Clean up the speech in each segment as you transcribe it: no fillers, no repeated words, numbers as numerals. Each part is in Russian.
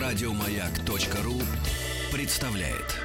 Радиомаяк.ру представляет.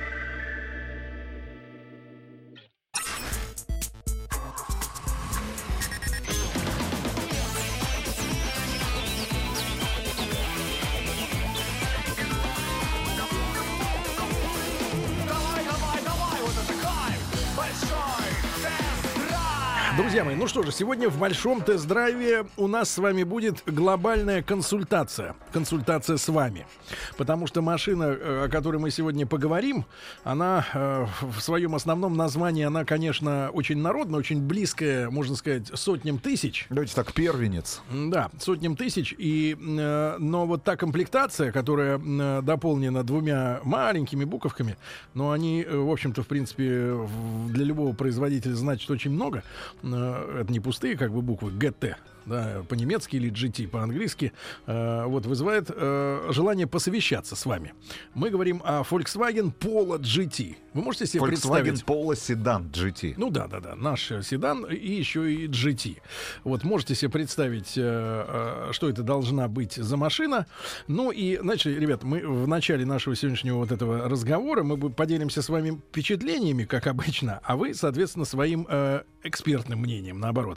Друзья мои, ну что же, сегодня в большом тест-драйве у нас с вами будет глобальная консультация. Консультация с вами. Потому что машина, о которой мы сегодня поговорим, она в своем основном названии, она, конечно, очень народная, очень близкая, можно сказать, сотням тысяч. Давайте так, первенец. Да, сотням тысяч. Но вот та комплектация, которая дополнена двумя маленькими буковками, но они, в общем-то, в принципе, для любого производителя значат очень много. Это не пустые как бы буквы GT, да, по-немецки или GT по-английски, вот вызывает желание посовещаться с вами. Мы говорим о Volkswagen Polo GT. Вы можете себе представить? Volkswagen Polo седан GT. Ну да, наш седан и еще и GT. Вот можете себе представить, что это должна быть за машина. Ну и, значит, ребят, мы в начале нашего сегодняшнего вот этого разговора мы поделимся с вами впечатлениями, как обычно, а вы, соответственно, своим экспертным мнением, наоборот.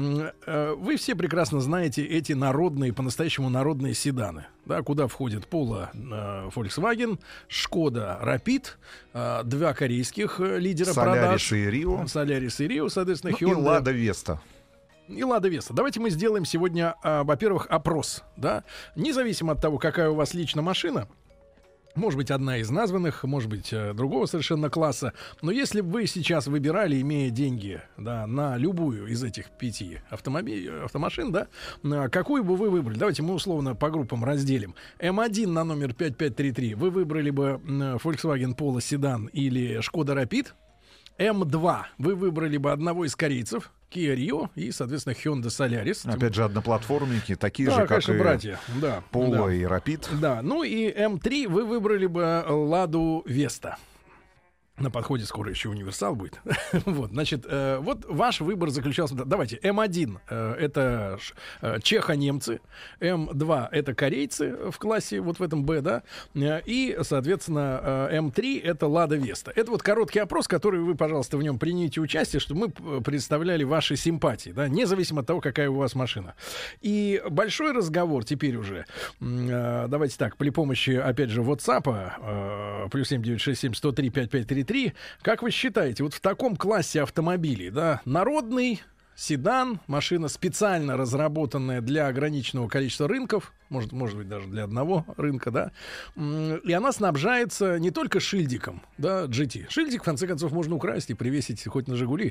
Вы все прекрасно знаете эти народные, по-настоящему народные седаны, да, куда входят Polo Volkswagen, Шкода Rapid, два корейских лидера продаж. Солярис и Рио, соответственно, Hyundai. И Лада Веста. И Лада Веста. Давайте мы сделаем сегодня, во-первых, опрос, да, независимо от того, какая у вас лично машина. Может быть, одна из названных, может быть, другого совершенно класса. Но если бы вы сейчас выбирали, имея деньги, да, на любую из этих 5 автомашин, да, какую бы вы выбрали? Давайте мы условно по группам разделим. М1 на номер 5533 вы выбрали бы Volkswagen Polo седан или Шкода Rapid. М2 вы выбрали бы одного из корейцев, Kia Rio и, соответственно, Hyundai Solaris. Опять же, одноплатформенники, такие да, же, как конечно, и братья. Да, Polo да. и Rapid. Да, ну и М3 вы выбрали бы Ладу Веста. На подходе скоро еще универсал будет. Вот, значит, вот ваш выбор заключался... Давайте, М1 это чехо-немцы, М2 это корейцы в классе, вот в этом Б, да, и, соответственно, М3 это Лада Веста. Это вот короткий опрос, который вы, пожалуйста, в нем примите участие, чтобы мы представляли ваши симпатии, да, независимо от того, какая у вас машина. И большой разговор теперь уже, давайте так, при помощи, опять же, WhatsApp, плюс 7967 103 5533. Как вы считаете, вот в таком классе автомобилей, да, народный седан, машина специально разработанная для ограниченного количества рынков, может быть, даже для одного рынка, да, и она снабжается не только шильдиком, да, GT. Шильдик, в конце концов, можно украсть и привесить хоть на «Жигули»,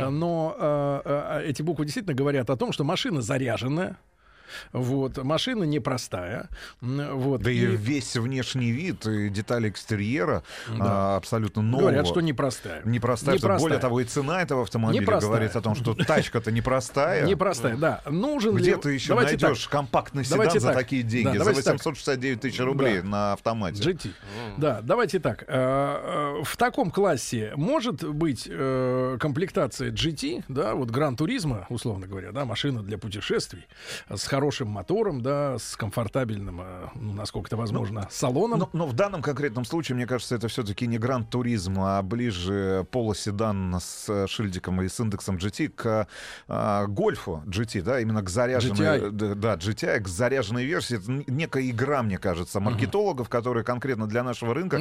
но эти буквы действительно говорят о том, что машина заряженная. Вот, машина непростая. Вот, да и весь внешний вид и детали экстерьера, да, абсолютно нового. Говорят, что непростая. Непростая. Более того, и цена этого автомобиля непростая. Говорит о том, что тачка-то непростая. Непростая, да. Нужен где ли... ты еще найдешь компактный седан за такие деньги? За 869 тысяч рублей на автомате. GT. Да, давайте так. В таком классе может быть комплектация GT, да, вот Гран-туризмо, условно говоря, да, машина для путешествий с хорошим мотором, да, с комфортабельным, насколько это возможно, салоном. Но в данном конкретном случае, мне кажется, это все-таки не Гран-туризм, а ближе полоседан с шильдиком и с индексом GT к Гольфу GT, да, именно к заряженной, да, GTI, к заряженной версии. Это некая игра, мне кажется, маркетологов, которые конкретно для нашего рынка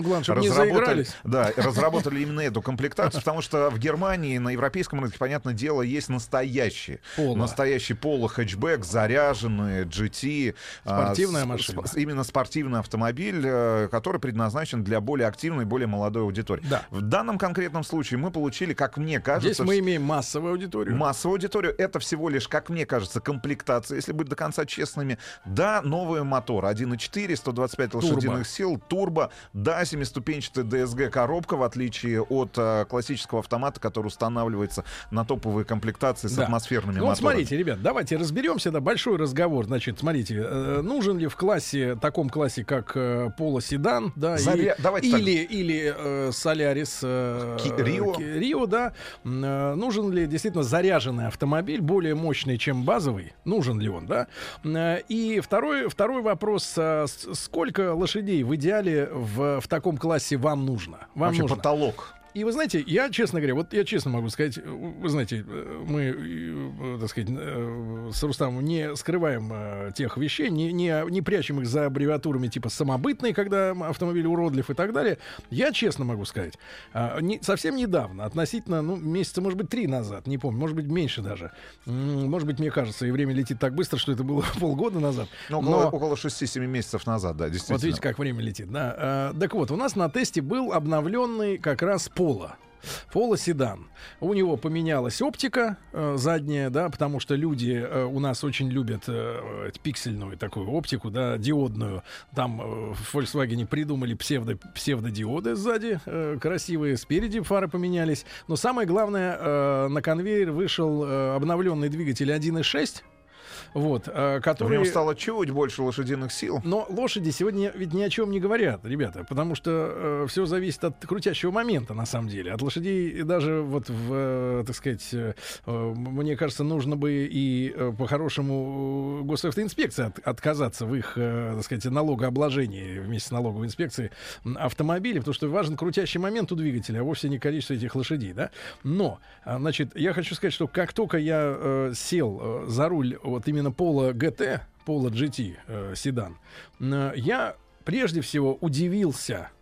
разработали именно эту комплектацию, потому что в Германии, на европейском рынке, понятное дело, есть настоящий Polo хэтчбэк, заряженный GT. Спортивная машина. Именно спортивный автомобиль, который предназначен для более активной, более молодой аудитории. Да. В данном конкретном случае мы получили, как мне кажется... Здесь мы имеем массовую аудиторию. Массовую аудиторию. Это всего лишь, как мне кажется, комплектация. Если быть до конца честными, да, новый мотор. 1.4, 125 лошадиных сил, турбо. Да, 7-ступенчатая DSG-коробка, в отличие от классического автомата, который устанавливается на топовые комплектации с атмосферными моторами. Вот смотрите, ребят, давайте разберемся. Да, большой разговор разговор. Значит, смотрите, нужен ли в таком классе, как Polo седан, да, или Solaris Rio, да, нужен ли действительно заряженный автомобиль, более мощный, чем базовый? Нужен ли он, да? И второй вопрос: сколько лошадей в идеале в таком классе вам нужно? Вообще потолок. И вы знаете, я, честно говоря, вот я честно могу сказать, вы знаете, мы, так сказать, с Рустамом не скрываем тех вещей, не прячем их за аббревиатурами типа самобытный, когда автомобиль уродлив и так далее. Я честно могу сказать, совсем недавно, относительно, месяца, может быть, 3 назад, не помню, может быть, меньше даже. Может быть, мне кажется, и время летит так быстро, что это было полгода назад. Около 6-7 месяцев назад, да, действительно. Вот видите, как время летит, да. Так вот, у нас на тесте был обновленный как раз Polo седан. У него поменялась оптика задняя, да, потому что люди у нас очень любят пиксельную такую оптику, да, диодную. Там в Volkswagen придумали псевдодиоды сзади, красивые, спереди фары поменялись. Но самое главное, на конвейер вышел обновленный двигатель 1.6. Вот, который... В нем стало чуть больше лошадиных сил. Но лошади сегодня ведь ни о чем не говорят, ребята, потому что все зависит от крутящего момента, на самом деле. От лошадей даже вот так сказать, мне кажется, нужно бы и по-хорошему госавтоинспекции отказаться в их, так сказать, налогообложении вместе с налоговой инспекцией автомобилей, потому что важен крутящий момент у двигателя, а вовсе не количество этих лошадей, да. Но, значит, я хочу сказать, что как только я сел за руль вот именно Polo GT, Polo GT седан, я прежде всего удивился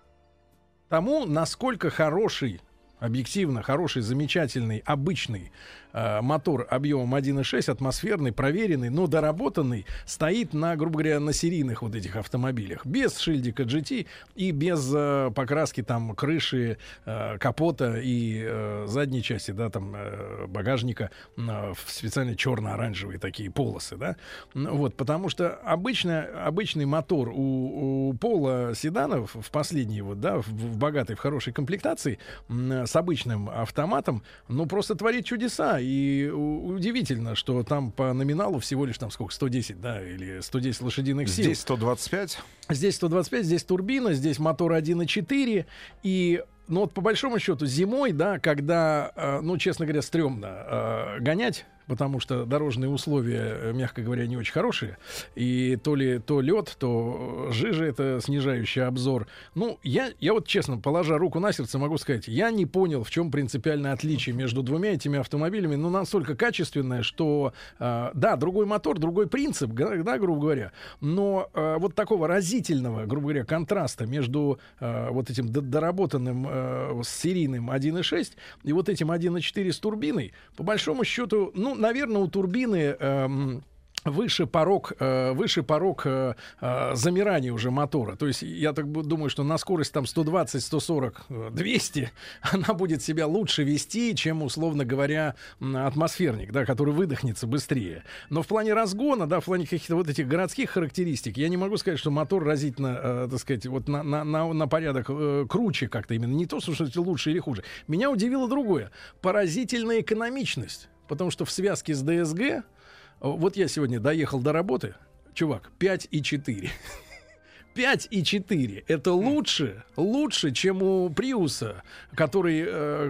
тому, насколько хороший, объективно хороший, замечательный, обычный мотор объемом 1.6, атмосферный, проверенный, но доработанный, стоит на, грубо говоря, на серийных вот этих автомобилях. Без шильдика GT и без покраски там крыши, капота и задней части, да, там багажника в специально черно-оранжевые такие полосы, да. Вот, потому что обычный мотор у Polo седанов в последней вот, да, в богатой, в хорошей комплектации с обычным автоматом, просто творит чудеса. И удивительно, что там по номиналу всего лишь там сколько, 110, да, или 110 лошадиных сил. Здесь 125. Здесь 125, здесь турбина, здесь мотор 1.4. И вот по большому счету зимой, да, когда, честно говоря, стрёмно гонять, потому что дорожные условия, мягко говоря, не очень хорошие. И то лед, то жижа, это снижающий обзор. Я вот честно, положа руку на сердце, могу сказать, я не понял, в чем принципиальное отличие между двумя этими автомобилями, настолько качественное, что, да, другой мотор, другой принцип, да, грубо говоря, но вот такого разительного, грубо говоря, контраста между вот этим доработанным серийным 1.6 и вот этим 1.4 с турбиной, по большому счету, наверное, у турбины выше порог замирания уже мотора. То есть я так думаю, что на скорость там 120, 140, 200 она будет себя лучше вести, чем, условно говоря, атмосферник, да, который выдохнется быстрее. Но в плане разгона, да, в плане каких-то вот этих городских характеристик, я не могу сказать, что мотор разительно, так сказать, вот на порядок круче как-то именно. Не то, что это лучше или хуже. Меня удивило другое. Поразительная экономичность. Потому что в связке с DSG, вот я сегодня доехал до работы, чувак, 5,4. 5,4. Это лучше, чем у Приуса, который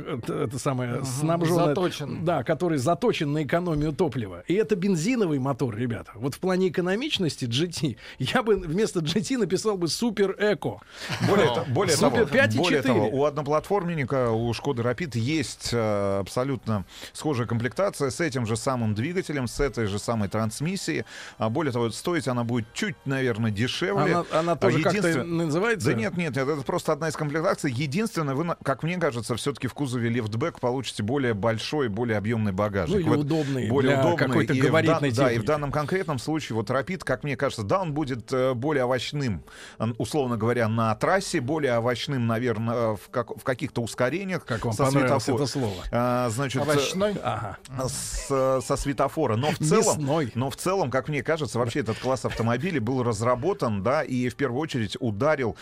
снабжен, да, который заточен на экономию топлива. И это бензиновый мотор, ребята. Вот в плане экономичности GT я бы вместо GT написал бы Супер Эко. Более того, у одноплатформенника, у Шкоды Rapid есть абсолютно схожая комплектация с этим же самым двигателем, с этой же самой трансмиссией. Более того, стоить она будет чуть, наверное, дешевле. Она тоже как-то называется? Да нет, это просто одна из комплектаций. Единственное, вы, как мне кажется, все-таки в кузове лифтбэк получите более большой, более объемный багажник. Или удобный, для какой-то габаритной техники. Да, и в данном конкретном случае вот Rapid, как мне кажется, да, он будет более овощным, условно говоря, на трассе, более овощным, наверное, в каких-то ускорениях. Как вам понравилось это слово? Значит, овощной? Со светофора. Но в целом, как мне кажется, вообще этот класс автомобилей был разработан, да, и в первую очередь ударил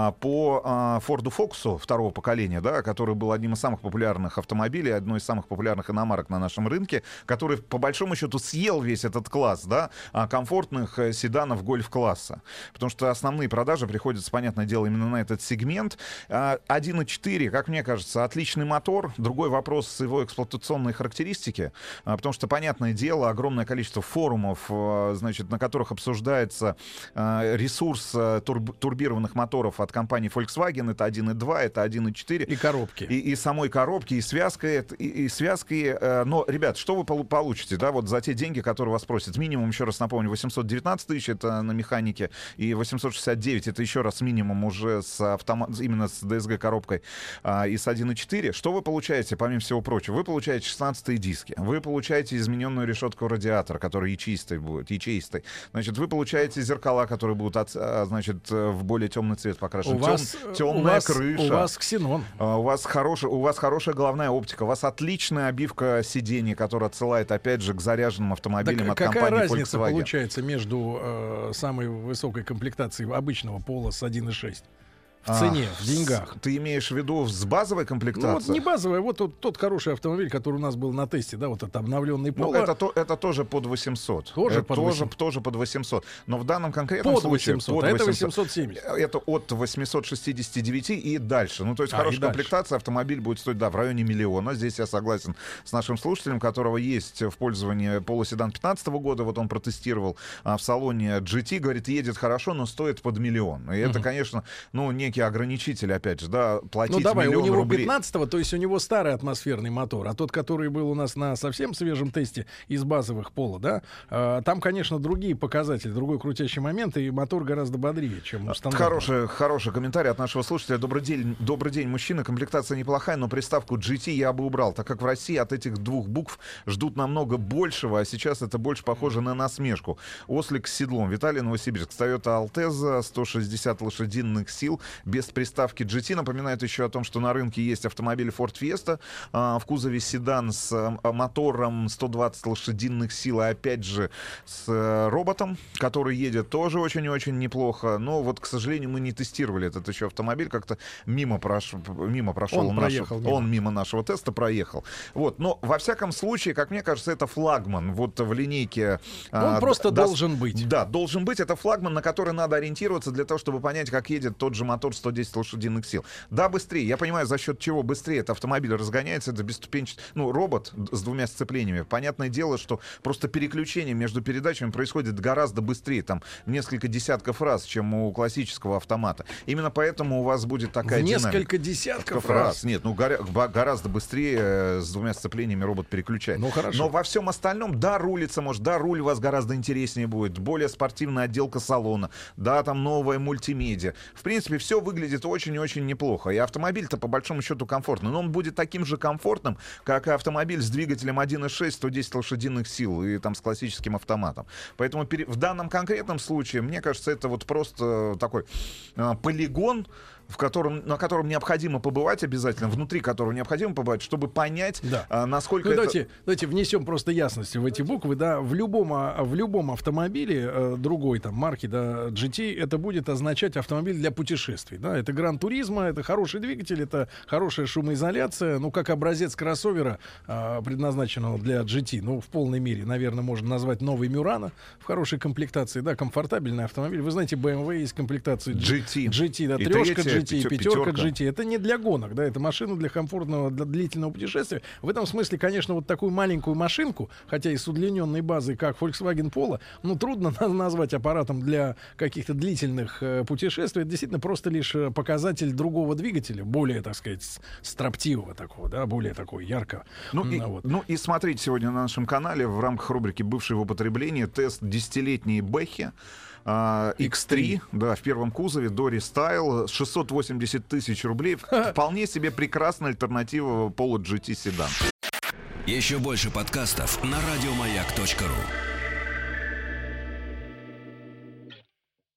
по Форду Фокусу второго поколения, да, который был одним из самых популярных автомобилей, одной из самых популярных иномарок на нашем рынке, который, по большому счету, съел весь этот класс, да, комфортных седанов гольф-класса. Потому что основные продажи приходятся, понятное дело, именно на этот сегмент. 1.4, как мне кажется, отличный мотор. Другой вопрос — его эксплуатационные характеристики. Потому что, понятное дело, огромное количество форумов, значит, на которых обсуждается ресурс турбированных моторов от компании Volkswagen. Это 1.2, это 1.4. И коробки. И самой коробки, и связкой. И связкой. Но, ребят, что вы получите, да, вот за те деньги, которые вас просят? Минимум, еще раз напомню, 819 тысяч — это на механике, и 869 — это еще раз минимум уже именно с DSG-коробкой и с 1.4. Что вы получаете, помимо всего прочего? Вы получаете 16-е диски, вы получаете измененную решетку радиатора, которая ячеистой будет, ячеистой. Значит, вы получаете зеркала, которые будут, значит, в более темный цвет покрашены. Темная крыша. У вас ксенон. У вас хорошая головная оптика, у вас отличная обивка сидений, которая отсылает, опять же, к заряженным автомобилям от компании Volkswagen. Какая разница получается между самой высокой комплектацией обычного Пола с 1.6? В цене, в деньгах. Ты имеешь в виду с базовой комплектацией? Ну, вот не базовая, вот тот хороший автомобиль, который у нас был на тесте, да, вот это обновленный Polo. Ну, это тоже под 800. Тоже под 800. Но в данном конкретном случае... 800, это 870. Это от 869 и дальше. Ну, то есть хорошая комплектация, автомобиль будет стоить, да, в районе миллиона. Здесь я согласен с нашим слушателем, у которого есть в пользовании Polo седан 2015 года. Вот он протестировал в салоне GT. Говорит, едет хорошо, но стоит под миллион. И это, конечно, ну, некий ограничитель, опять же, да, платить миллион рублей. У него 15-го, то есть у него старый атмосферный мотор, а тот, который был у нас на совсем свежем тесте из базовых Polo, да, там, конечно, другие показатели, другой крутящий момент, и мотор гораздо бодрее, чем у стандартного. Хороший комментарий от нашего слушателя. Добрый день, мужчина. Комплектация неплохая, но приставку GT я бы убрал, так как в России от этих двух букв ждут намного большего, а сейчас это больше похоже на насмешку. Ослик с седлом. Виталий, Новосибирск. Toyota Altezza, 160 лошадиных сил, без приставки GT. Напоминает еще о том, что на рынке есть автомобиль Ford Fiesta в кузове седан с мотором 120 лошадиных сил, а опять же с роботом, который едет тоже очень и очень неплохо. Но вот, к сожалению, мы не тестировали этот еще автомобиль, как-то мимо прошел. Он мимо нашего теста проехал. Вот. Но во всяком случае, как мне кажется, это флагман вот в линейке. Он просто должен быть. Да, должен быть. Это флагман, на который надо ориентироваться для того, чтобы понять, как едет тот же мотор 110 лошадиных сил. Да, быстрее. Я понимаю, за счет чего быстрее этот автомобиль разгоняется. Это бесступенчатый, робот с двумя сцеплениями. Понятное дело, что просто переключение между передачами происходит гораздо быстрее, там, несколько десятков раз, чем у классического автомата. Именно поэтому у вас будет такая динамика. Несколько десятков раз? Нет, гораздо быстрее с двумя сцеплениями робот переключает. Ну, хорошо. Но во всем остальном, да, рулится может, да, руль у вас гораздо интереснее будет, более спортивная отделка салона, да, там новая мультимедиа. В принципе, все выглядит очень и очень неплохо. И автомобиль-то по большому счету комфортный. Но он будет таким же комфортным, как и автомобиль с двигателем 1.6, 110 лошадиных сил и там с классическим автоматом. Поэтому в данном конкретном случае, мне кажется, это вот просто такой полигон, на котором необходимо побывать обязательно, внутри которого необходимо побывать, чтобы понять, насколько Давайте внесем просто ясности в эти буквы. Да, в любом автомобиле другой там марки, да, GT, это будет означать автомобиль для путешествий. Да? Это Гран-туризмо, это хороший двигатель, это хорошая шумоизоляция. Ну, как образец кроссовера, предназначенного для GT, ну, в полной мере, наверное, можно назвать новый Мюрано в хорошей комплектации. Да, комфортабельный автомобиль. Вы знаете, BMW есть комплектации GT, да, трешка GT. И пятерка GT. Это не для гонок, да, это машина для комфортного, для длительного путешествия. В этом смысле, конечно, вот такую маленькую машинку, хотя и с удлиненной базой, как Volkswagen Polo, ну, трудно назвать аппаратом для каких-то длительных путешествий. Это действительно просто лишь показатель другого двигателя, более, так сказать, строптивого такого, да, более такого яркого. Ну и смотрите, сегодня на нашем канале в рамках рубрики «Бывшие в употреблении» тест 10-летней Бэхи X3, да, в первом кузове, до рестайл, 680 тысяч рублей. Вполне себе прекрасная альтернатива Polo GT седан. Еще больше подкастов на радиомаяк.ру.